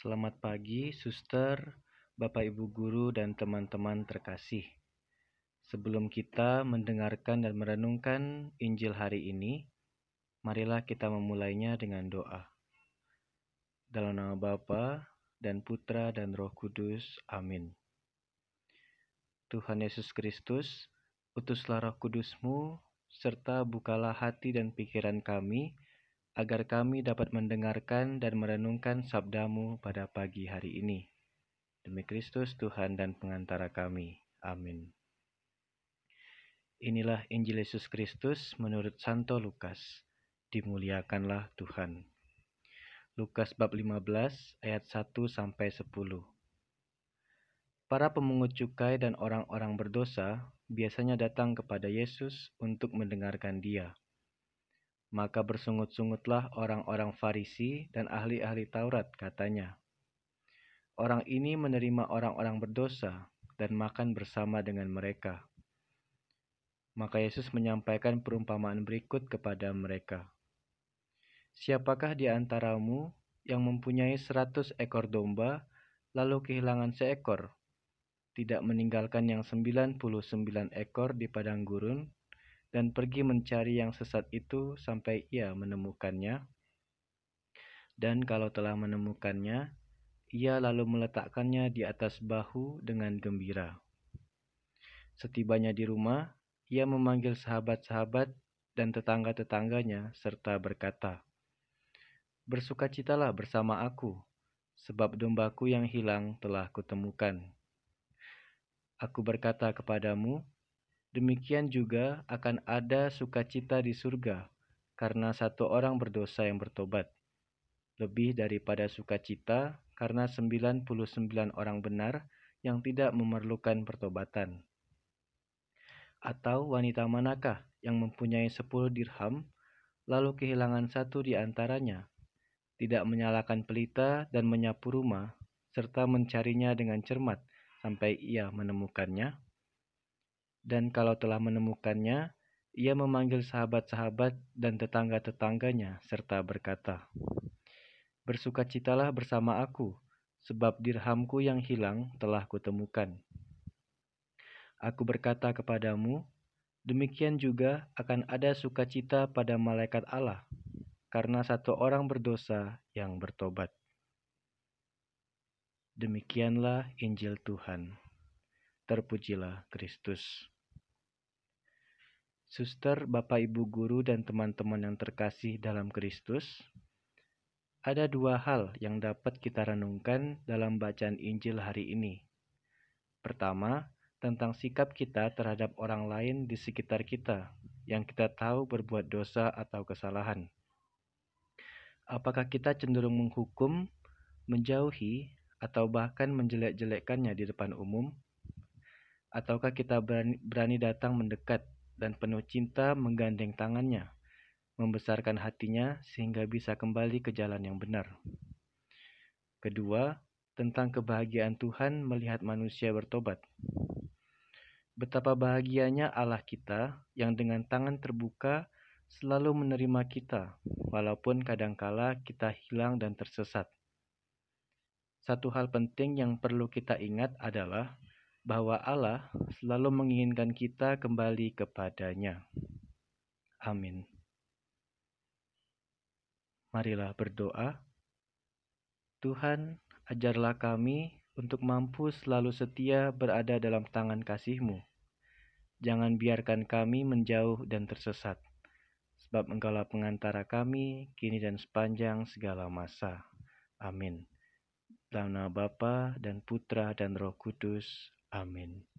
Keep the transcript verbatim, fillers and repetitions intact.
Selamat pagi, suster, Bapak Ibu guru, dan teman-teman terkasih. Sebelum kita mendengarkan dan merenungkan Injil hari ini, marilah kita memulainya dengan doa. Dalam nama Bapa dan Putra dan Roh Kudus. Amin. Tuhan Yesus Kristus, utuslah Roh Kudus-Mu, serta bukalah hati dan pikiran kami, agar kami dapat mendengarkan dan merenungkan sabda-Mu pada pagi hari ini. Demi Kristus Tuhan dan pengantara kami. Amin. Inilah Injil Yesus Kristus menurut Santo Lukas. Dimuliakanlah Tuhan. Lukas bab lima belas ayat satu sampai sepuluh. Para pemungut cukai dan orang-orang berdosa biasanya datang kepada Yesus untuk mendengarkan Dia. Maka bersungut-sungutlah orang-orang Farisi dan ahli-ahli Taurat, katanya, "Orang ini menerima orang-orang berdosa dan makan bersama dengan mereka." Maka Yesus menyampaikan perumpamaan berikut kepada mereka. "Siapakah di antaramu yang mempunyai seratus ekor domba, lalu kehilangan seekor, tidak meninggalkan yang sembilan puluh sembilan ekor di padang gurun, dan pergi mencari yang sesat itu sampai ia menemukannya? Dan kalau telah menemukannya, ia lalu meletakkannya di atas bahu dengan gembira. Setibanya di rumah, ia memanggil sahabat-sahabat dan tetangga-tetangganya serta berkata, 'Bersukacitalah bersama aku, sebab dombaku yang hilang telah kutemukan.' Aku berkata kepadamu, demikian juga akan ada sukacita di surga karena satu orang berdosa yang bertobat, lebih daripada sukacita karena sembilan puluh sembilan orang benar yang tidak memerlukan pertobatan. Atau wanita manakah yang mempunyai sepuluh dirham, lalu kehilangan satu di antaranya, tidak menyalakan pelita dan menyapu rumah, serta mencarinya dengan cermat sampai ia menemukannya? Dan kalau telah menemukannya, ia memanggil sahabat-sahabat dan tetangga-tetangganya serta berkata, 'Bersukacitalah bersama aku, sebab dirhamku yang hilang telah kutemukan.' Aku berkata kepadamu, demikian juga akan ada sukacita pada malaikat Allah, karena satu orang berdosa yang bertobat." Demikianlah Injil Tuhan. Terpujilah Kristus. Suster, Bapak Ibu guru, dan teman-teman yang terkasih dalam Kristus, ada dua hal yang dapat kita renungkan dalam bacaan Injil hari ini. Pertama, tentang sikap kita terhadap orang lain di sekitar kita yang kita tahu berbuat dosa atau kesalahan. Apakah kita cenderung menghukum, menjauhi, atau bahkan menjelek-jelekkannya di depan umum? Ataukah kita berani, berani datang mendekat dan penuh cinta menggandeng tangannya, membesarkan hatinya sehingga bisa kembali ke jalan yang benar? Kedua, tentang kebahagiaan Tuhan melihat manusia bertobat. Betapa bahagianya Allah kita yang dengan tangan terbuka selalu menerima kita, walaupun kadangkala kita hilang dan tersesat. Satu hal penting yang perlu kita ingat adalah bahwa Allah selalu menginginkan kita kembali kepadanya. Amin. Marilah berdoa. Tuhan, ajarlah kami untuk mampu selalu setia berada dalam tangan kasih-Mu. Jangan biarkan kami menjauh dan tersesat, sebab Engkaulah pengantara kami, kini dan sepanjang segala masa. Amin. Dalam nama Bapa dan Putra dan Roh Kudus. Amin.